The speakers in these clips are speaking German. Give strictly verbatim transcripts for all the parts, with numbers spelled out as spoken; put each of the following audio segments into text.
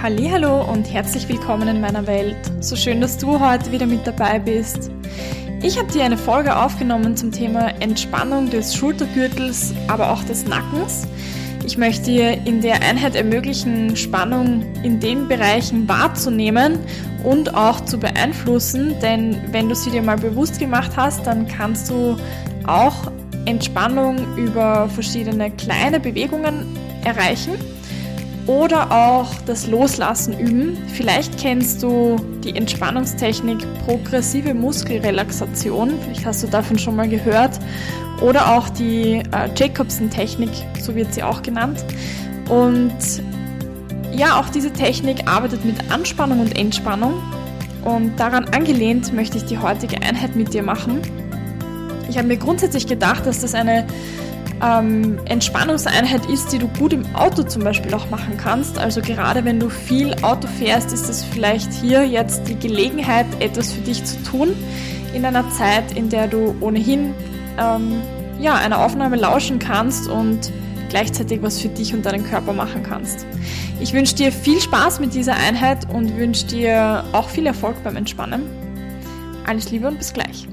Hallihallo und herzlich willkommen in meiner Welt. So schön, dass du heute wieder mit dabei bist. Ich habe dir eine Folge aufgenommen zum Thema Entspannung des Schultergürtels, aber auch des Nackens. Ich möchte dir in der Einheit ermöglichen, Spannung in den Bereichen wahrzunehmen und auch zu beeinflussen, denn wenn du sie dir mal bewusst gemacht hast, dann kannst du auch Entspannung über verschiedene kleine Bewegungen erreichen oder auch das Loslassen üben. Vielleicht kennst du die Entspannungstechnik progressive Muskelrelaxation, vielleicht hast du davon schon mal gehört, oder auch die äh, Jacobson-Technik, so wird sie auch genannt. Und ja, auch diese Technik arbeitet mit Anspannung und Entspannung und daran angelehnt möchte ich die heutige Einheit mit dir machen. Ich habe mir grundsätzlich gedacht, dass das eine ähm, Entspannungseinheit ist, die du gut im Auto zum Beispiel auch machen kannst. Also gerade wenn du viel Auto fährst, ist es vielleicht hier jetzt die Gelegenheit, etwas für dich zu tun, in einer Zeit, in der du ohnehin ähm, ja, einer Aufnahme lauschen kannst und gleichzeitig was für dich und deinen Körper machen kannst. Ich wünsche dir viel Spaß mit dieser Einheit und wünsche dir auch viel Erfolg beim Entspannen. Alles Liebe und bis gleich.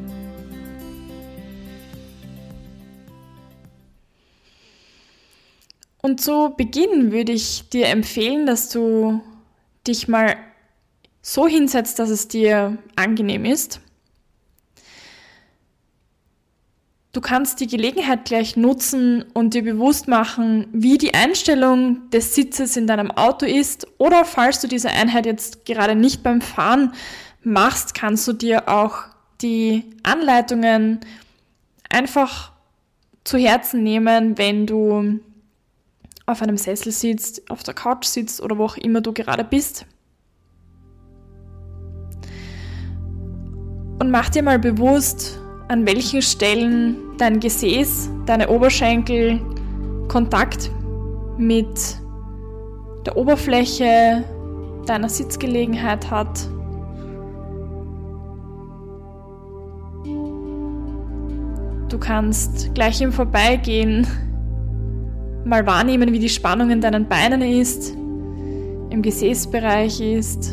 Und zu Beginn würde ich dir empfehlen, dass du dich mal so hinsetzt, dass es dir angenehm ist. Du kannst die Gelegenheit gleich nutzen und dir bewusst machen, wie die Einstellung des Sitzes in deinem Auto ist. Oder falls du diese Einheit jetzt gerade nicht beim Fahren machst, kannst du dir auch die Anleitungen einfach zu Herzen nehmen, wenn du auf einem Sessel sitzt, auf der Couch sitzt oder wo auch immer du gerade bist. Und mach dir mal bewusst, an welchen Stellen dein Gesäß, deine Oberschenkel Kontakt mit der Oberfläche deiner Sitzgelegenheit hat. Du kannst gleich im Vorbeigehen mal wahrnehmen, wie die Spannung in deinen Beinen ist, im Gesäßbereich ist.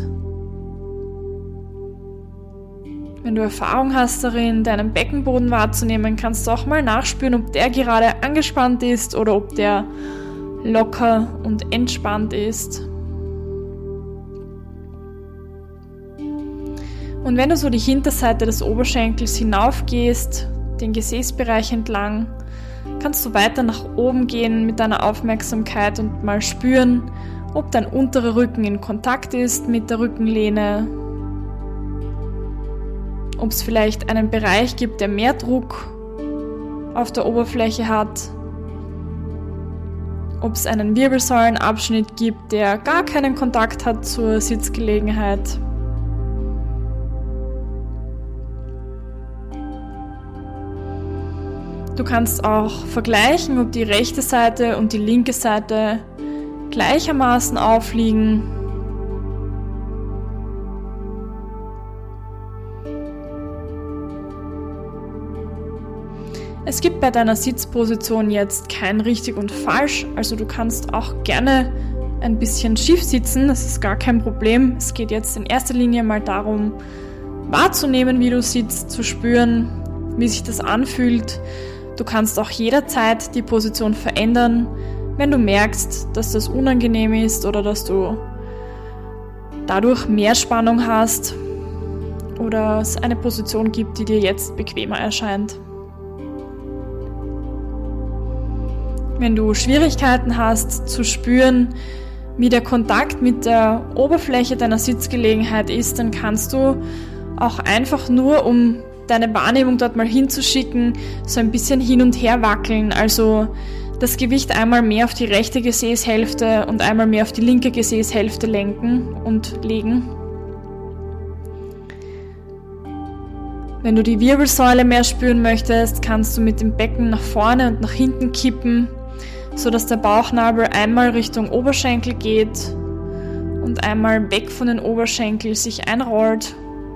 Wenn du Erfahrung hast darin, deinen Beckenboden wahrzunehmen, kannst du auch mal nachspüren, ob der gerade angespannt ist oder ob der locker und entspannt ist. Und wenn du so die Hinterseite des Oberschenkels hinaufgehst, den Gesäßbereich entlang, kannst du weiter nach oben gehen mit deiner Aufmerksamkeit und mal spüren, ob dein unterer Rücken in Kontakt ist mit der Rückenlehne, ob es vielleicht einen Bereich gibt, der mehr Druck auf der Oberfläche hat, ob es einen Wirbelsäulenabschnitt gibt, der gar keinen Kontakt hat zur Sitzgelegenheit. Du kannst auch vergleichen, ob die rechte Seite und die linke Seite gleichermaßen aufliegen. Es gibt bei deiner Sitzposition jetzt kein richtig und falsch, also du kannst auch gerne ein bisschen schief sitzen, das ist gar kein Problem. Es geht jetzt in erster Linie mal darum, wahrzunehmen, wie du sitzt, zu spüren, wie sich das anfühlt. Du kannst auch jederzeit die Position verändern, wenn du merkst, dass das unangenehm ist oder dass du dadurch mehr Spannung hast oder es eine Position gibt, die dir jetzt bequemer erscheint. Wenn du Schwierigkeiten hast zu spüren, wie der Kontakt mit der Oberfläche deiner Sitzgelegenheit ist, dann kannst du auch einfach nur, um deine Wahrnehmung dort mal hinzuschicken, so ein bisschen hin und her wackeln, also das Gewicht einmal mehr auf die rechte Gesäßhälfte und einmal mehr auf die linke Gesäßhälfte lenken und legen. Wenn du die Wirbelsäule mehr spüren möchtest, kannst du mit dem Becken nach vorne und nach hinten kippen, sodass der Bauchnabel einmal Richtung Oberschenkel geht und einmal weg von den Oberschenkeln sich einrollt,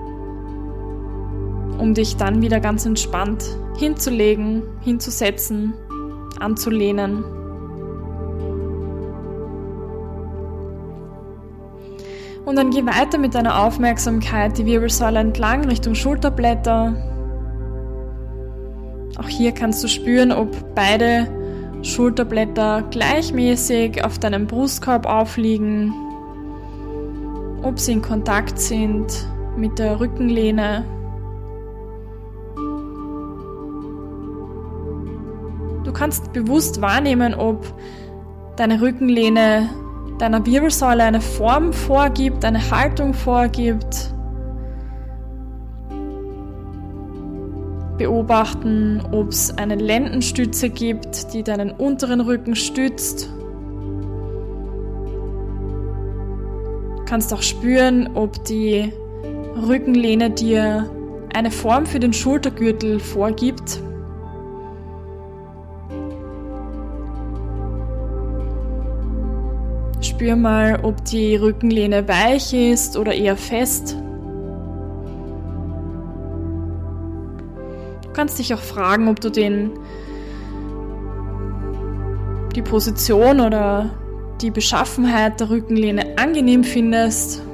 um dich dann wieder ganz entspannt hinzulegen, hinzusetzen, anzulehnen. Und dann geh weiter mit deiner Aufmerksamkeit die Wirbelsäule entlang Richtung Schulterblätter. Auch hier kannst du spüren, ob beide Schulterblätter gleichmäßig auf deinem Brustkorb aufliegen, ob sie in Kontakt sind mit der Rückenlehne. Du kannst bewusst wahrnehmen, ob deine Rückenlehne deiner Wirbelsäule eine Form vorgibt, eine Haltung vorgibt. Beobachten, ob es eine Lendenstütze gibt, die deinen unteren Rücken stützt. Du kannst auch spüren, ob die Rückenlehne dir eine Form für den Schultergürtel vorgibt. Spür mal, ob die Rückenlehne weich ist oder eher fest. Du kannst dich auch fragen, ob du den, die Position oder die Beschaffenheit der Rückenlehne angenehm findest.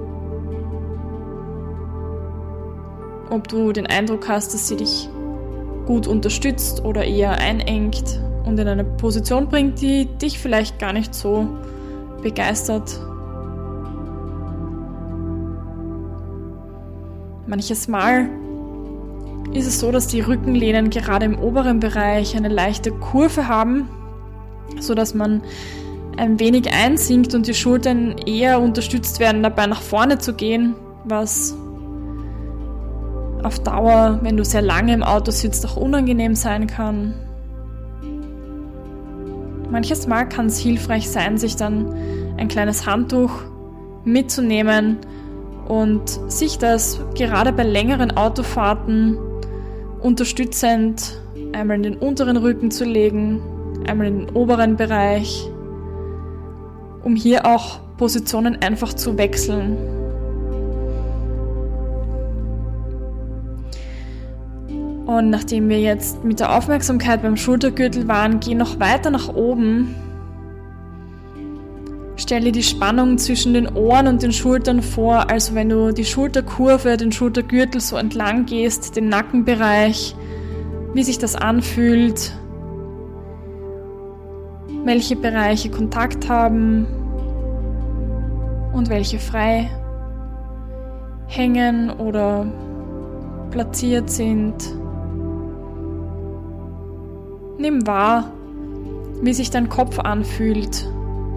Ob du den Eindruck hast, dass sie dich gut unterstützt oder eher einengt und in eine Position bringt, die dich vielleicht gar nicht so begeistert. Manches Mal ist es so, dass die Rückenlehnen gerade im oberen Bereich eine leichte Kurve haben, sodass man ein wenig einsinkt und die Schultern eher unterstützt werden, dabei nach vorne zu gehen, was auf Dauer, wenn du sehr lange im Auto sitzt, auch unangenehm sein kann. Manches Mal kann es hilfreich sein, sich dann ein kleines Handtuch mitzunehmen und sich das gerade bei längeren Autofahrten unterstützend einmal in den unteren Rücken zu legen, einmal in den oberen Bereich, um hier auch Positionen einfach zu wechseln. Und nachdem wir jetzt mit der Aufmerksamkeit beim Schultergürtel waren, geh noch weiter nach oben. Stell dir die Spannung zwischen den Ohren und den Schultern vor, also wenn du die Schulterkurve, den Schultergürtel so entlang gehst, den Nackenbereich, wie sich das anfühlt, welche Bereiche Kontakt haben und welche frei hängen oder platziert sind. Nimm wahr, wie sich dein Kopf anfühlt.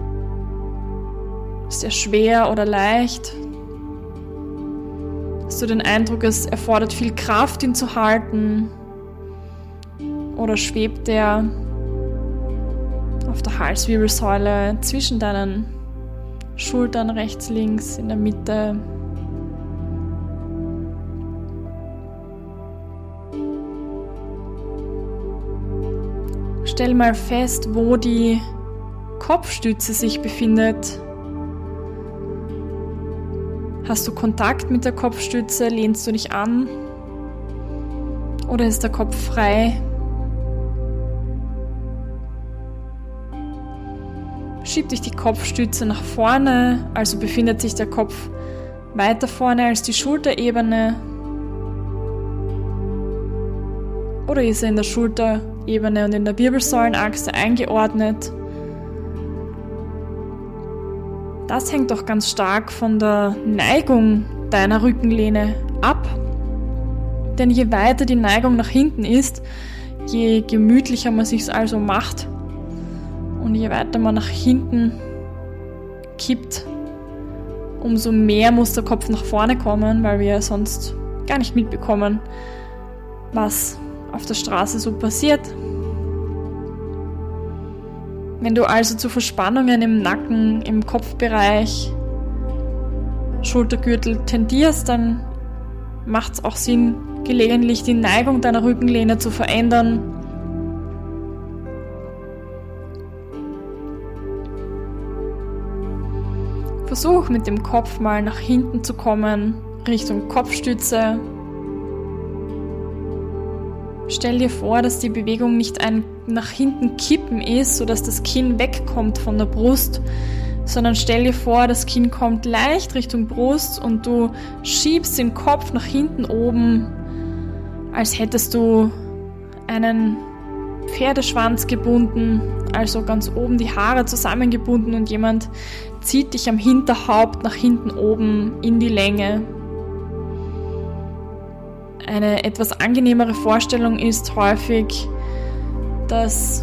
Ist er schwer oder leicht? Hast du den Eindruck, es erfordert viel Kraft, ihn zu halten? Oder schwebt er auf der Halswirbelsäule zwischen deinen Schultern rechts, links, in der Mitte? Stell mal fest, wo die Kopfstütze sich befindet. Hast du Kontakt mit der Kopfstütze? Lehnst du dich an? Oder ist der Kopf frei? Schiebt dich die Kopfstütze nach vorne, also befindet sich der Kopf weiter vorne als die Schulterebene? Oder ist er in der Schulterebene und in der Wirbelsäulenachse eingeordnet? Das hängt doch ganz stark von der Neigung deiner Rückenlehne ab. Denn je weiter die Neigung nach hinten ist, je gemütlicher man sich also macht und je weiter man nach hinten kippt, umso mehr muss der Kopf nach vorne kommen, weil wir ja sonst gar nicht mitbekommen, was auf der Straße so passiert. Wenn du also zu Verspannungen im Nacken, im Kopfbereich, Schultergürtel tendierst, dann macht es auch Sinn, gelegentlich die Neigung deiner Rückenlehne zu verändern. Versuch mit dem Kopf mal nach hinten zu kommen, Richtung Kopfstütze. Stell dir vor, dass die Bewegung nicht ein nach hinten kippen ist, sodass das Kinn wegkommt von der Brust, sondern stell dir vor, das Kinn kommt leicht Richtung Brust und du schiebst den Kopf nach hinten oben, als hättest du einen Pferdeschwanz gebunden, also ganz oben die Haare zusammengebunden und jemand zieht dich am Hinterhaupt nach hinten oben in die Länge. Eine etwas angenehmere Vorstellung ist häufig das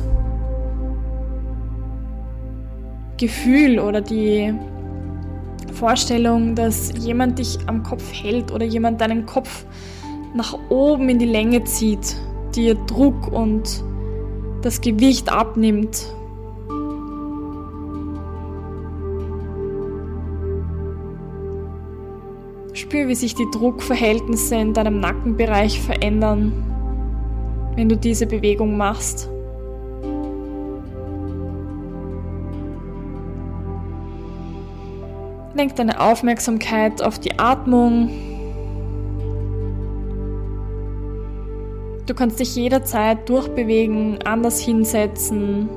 Gefühl oder die Vorstellung, dass jemand dich am Kopf hält oder jemand deinen Kopf nach oben in die Länge zieht, dir Druck und das Gewicht abnimmt. Spür, wie sich die Druckverhältnisse in deinem Nackenbereich verändern, wenn du diese Bewegung machst. Lenk deine Aufmerksamkeit auf die Atmung. Du kannst dich jederzeit durchbewegen, anders hinsetzen.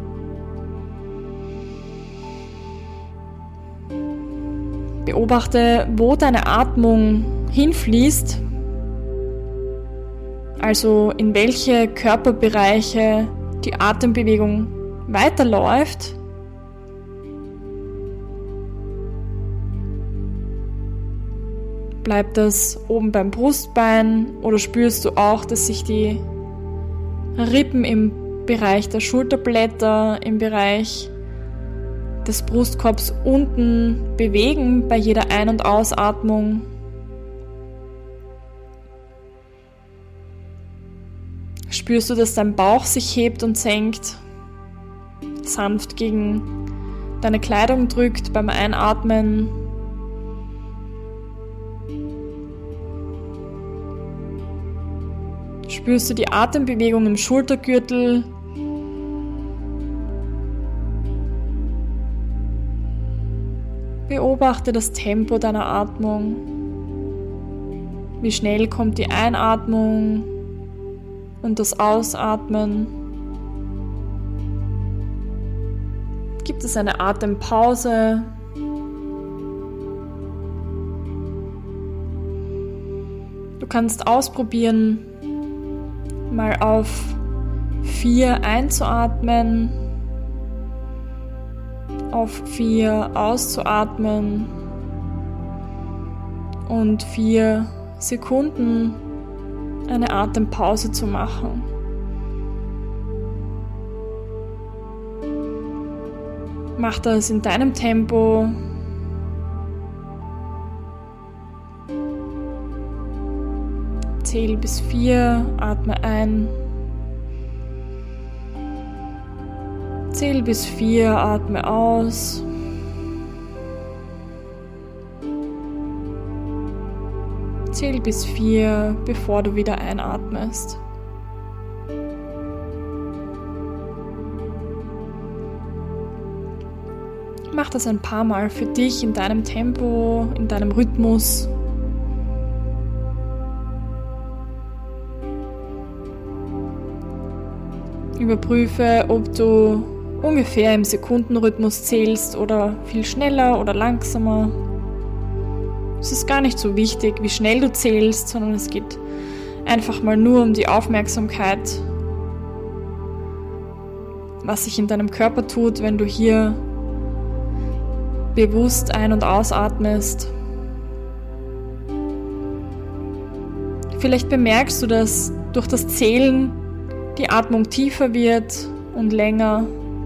Beobachte, wo deine Atmung hinfließt, also in welche Körperbereiche die Atembewegung weiterläuft. Bleibt das oben beim Brustbein oder spürst du auch, dass sich die Rippen im Bereich der Schulterblätter, im Bereich des Brustkorbs unten bewegen bei jeder Ein- und Ausatmung? Spürst du, dass dein Bauch sich hebt und senkt, sanft gegen deine Kleidung drückt beim Einatmen? Spürst du die Atembewegung im Schultergürtel? Beobachte das Tempo deiner Atmung. Wie schnell kommt die Einatmung und das Ausatmen? Gibt es eine Atempause? Du kannst ausprobieren, mal auf vier einzuatmen, auf vier auszuatmen und vier Sekunden eine Atempause zu machen. Mach das in deinem Tempo. Zähl bis vier, atme ein. Zähl bis vier, atme aus. Zähl bis vier, bevor du wieder einatmest. Mach das ein paar Mal für dich in deinem Tempo, in deinem Rhythmus. Überprüfe, ob du ungefähr im Sekundenrhythmus zählst oder viel schneller oder langsamer. Es ist gar nicht so wichtig, wie schnell du zählst, sondern es geht einfach mal nur um die Aufmerksamkeit, was sich in deinem Körper tut, wenn du hier bewusst ein- und ausatmest. Vielleicht bemerkst du, dass durch das Zählen die Atmung tiefer wird und länger.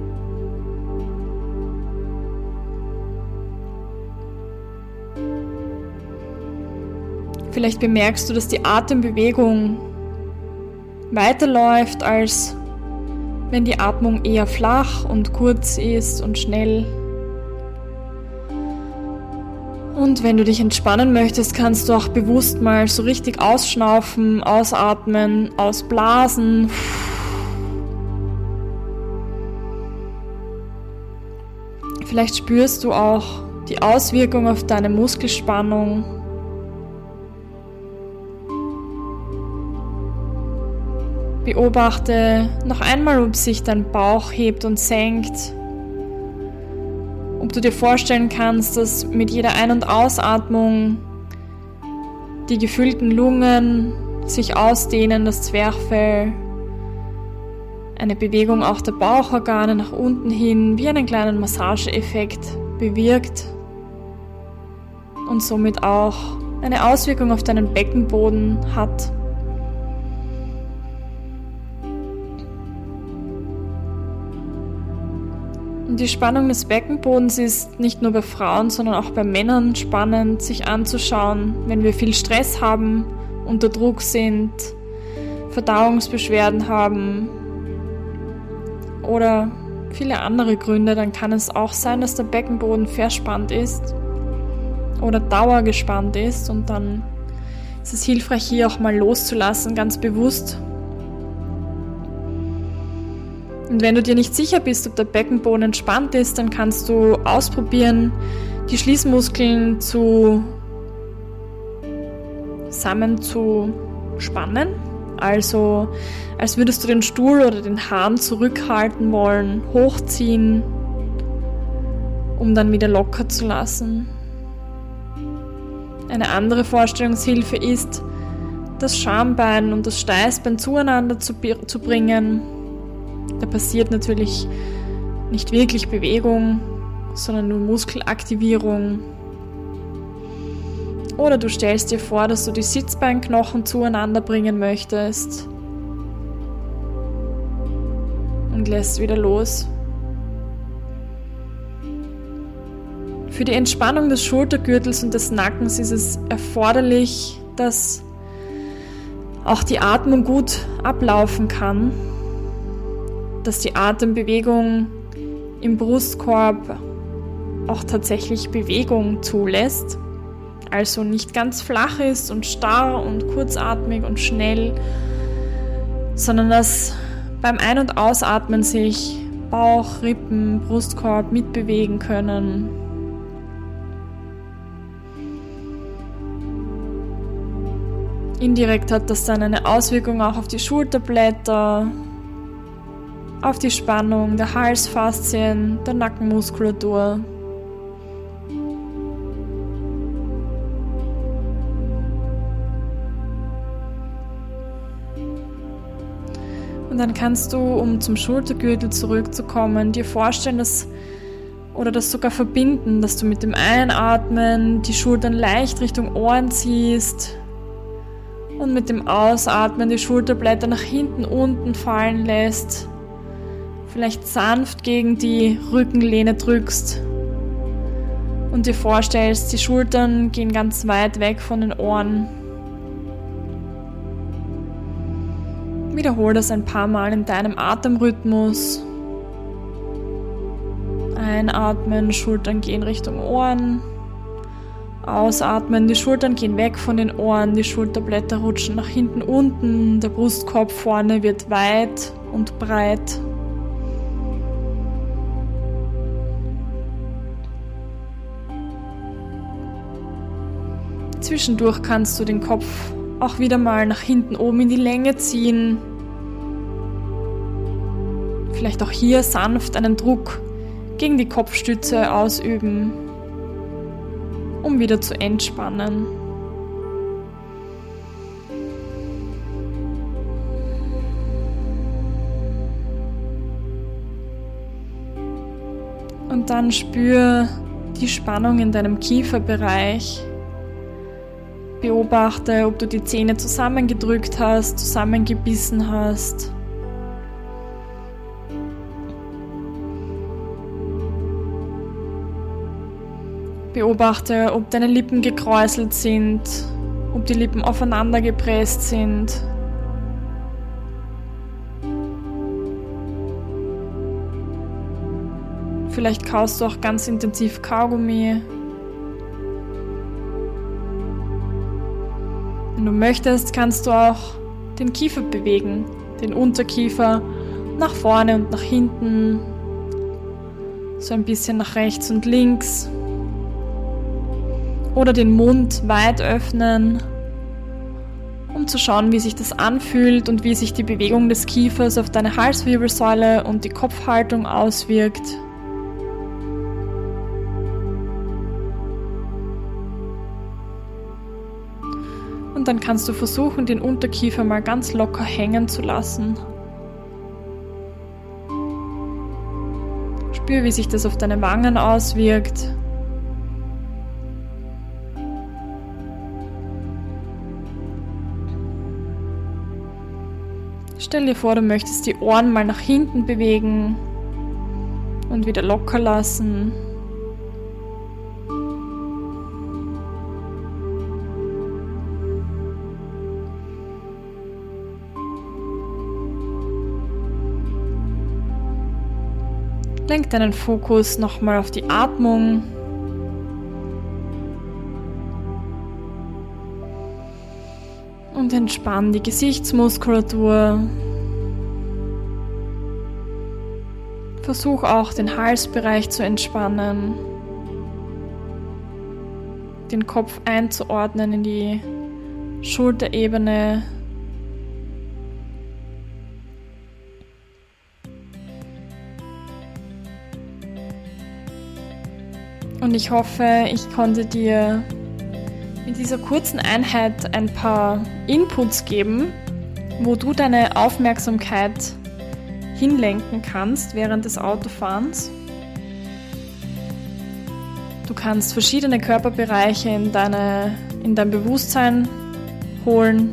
Vielleicht bemerkst du, dass die Atembewegung weiterläuft, als wenn die Atmung eher flach und kurz ist und schnell. Und wenn du dich entspannen möchtest, kannst du auch bewusst mal so richtig ausschnaufen, ausatmen, ausblasen. Vielleicht spürst du auch die Auswirkung auf deine Muskelspannung. Beobachte noch einmal, ob sich dein Bauch hebt und senkt, ob du dir vorstellen kannst, dass mit jeder Ein- und Ausatmung die gefüllten Lungen sich ausdehnen, das Zwerchfell, eine Bewegung auch der Bauchorgane nach unten hin, wie einen kleinen Massageeffekt bewirkt und somit auch eine Auswirkung auf deinen Beckenboden hat. Und die Spannung des Beckenbodens ist nicht nur bei Frauen, sondern auch bei Männern spannend, sich anzuschauen, wenn wir viel Stress haben, unter Druck sind, Verdauungsbeschwerden haben oder viele andere Gründe, dann kann es auch sein, dass der Beckenboden verspannt ist oder dauergespannt ist, und dann ist es hilfreich, hier auch mal loszulassen, ganz bewusst. Und wenn du dir nicht sicher bist, ob der Beckenboden entspannt ist, dann kannst du ausprobieren, die Schließmuskeln zu zusammen zu spannen. Also als würdest du den Stuhl oder den Hahn zurückhalten wollen, hochziehen, um dann wieder locker zu lassen. Eine andere Vorstellungshilfe ist, das Schambein und das Steißbein zueinander zu, zu bringen. Da passiert natürlich nicht wirklich Bewegung, sondern nur Muskelaktivierung. Oder du stellst dir vor, dass du die Sitzbeinknochen zueinander bringen möchtest und lässt wieder los. Für die Entspannung des Schultergürtels und des Nackens ist es erforderlich, dass auch die Atmung gut ablaufen kann, dass die Atembewegung im Brustkorb auch tatsächlich Bewegung zulässt, also nicht ganz flach ist und starr und kurzatmig und schnell, sondern dass beim Ein- und Ausatmen sich Bauch, Rippen, Brustkorb mitbewegen können. Indirekt hat das dann eine Auswirkung auch auf die Schulterblätter, auf die Spannung der Halsfaszien, der Nackenmuskulatur. Und dann kannst du, um zum Schultergürtel zurückzukommen, dir vorstellen, dass oder das sogar verbinden, dass du mit dem Einatmen die Schultern leicht Richtung Ohren ziehst und mit dem Ausatmen die Schulterblätter nach hinten unten fallen lässt, vielleicht sanft gegen die Rückenlehne drückst und dir vorstellst, die Schultern gehen ganz weit weg von den Ohren. Wiederhole das ein paar Mal in deinem Atemrhythmus. Einatmen, Schultern gehen Richtung Ohren. Ausatmen, die Schultern gehen weg von den Ohren, die Schulterblätter rutschen nach hinten unten, der Brustkorb vorne wird weit und breit. Zwischendurch kannst du den Kopf auch wieder mal nach hinten oben in die Länge ziehen. Vielleicht auch hier sanft einen Druck gegen die Kopfstütze ausüben, um wieder zu entspannen. Und dann spür die Spannung in deinem Kieferbereich. Beobachte, ob du die Zähne zusammengedrückt hast, zusammengebissen hast. Beobachte, ob deine Lippen gekräuselt sind, ob die Lippen aufeinander gepresst sind. Vielleicht kaust du auch ganz intensiv Kaugummi. Wenn du möchtest, kannst du auch den Kiefer bewegen, den Unterkiefer nach vorne und nach hinten, so ein bisschen nach rechts und links. Oder den Mund weit öffnen, um zu schauen, wie sich das anfühlt und wie sich die Bewegung des Kiefers auf deine Halswirbelsäule und die Kopfhaltung auswirkt. Und dann kannst du versuchen, den Unterkiefer mal ganz locker hängen zu lassen. Spür, wie sich das auf deine Wangen auswirkt. Stell dir vor, du möchtest die Ohren mal nach hinten bewegen und wieder locker lassen. Lenk deinen Fokus nochmal auf die Atmung. Und entspann die Gesichtsmuskulatur. Versuch auch den Halsbereich zu entspannen. Den Kopf einzuordnen in die Schulterebene. Und ich hoffe, ich konnte dir mit dieser kurzen Einheit ein paar Inputs geben, wo du deine Aufmerksamkeit hinlenken kannst während des Autofahrens. Du kannst verschiedene Körperbereiche in, deine, in dein Bewusstsein holen.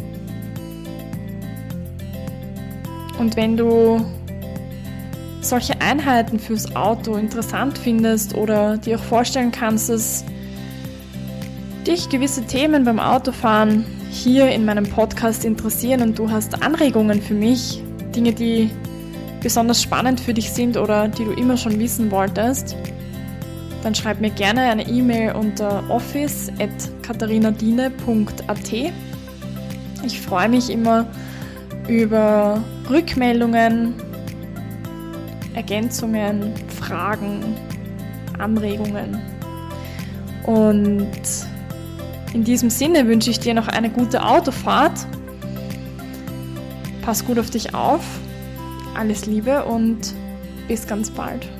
Und wenn du solche Einheiten fürs Auto interessant findest oder dir auch vorstellen kannst, dass dich gewisse Themen beim Autofahren hier in meinem Podcast interessieren und du hast Anregungen für mich, Dinge, die besonders spannend für dich sind oder die du immer schon wissen wolltest, dann schreib mir gerne eine E-Mail unter office at katharinadine punkt a t. Ich freue mich immer über Rückmeldungen, Ergänzungen, Fragen, Anregungen. Und in diesem Sinne wünsche ich dir noch eine gute Autofahrt. Pass gut auf dich auf. Alles Liebe und bis ganz bald.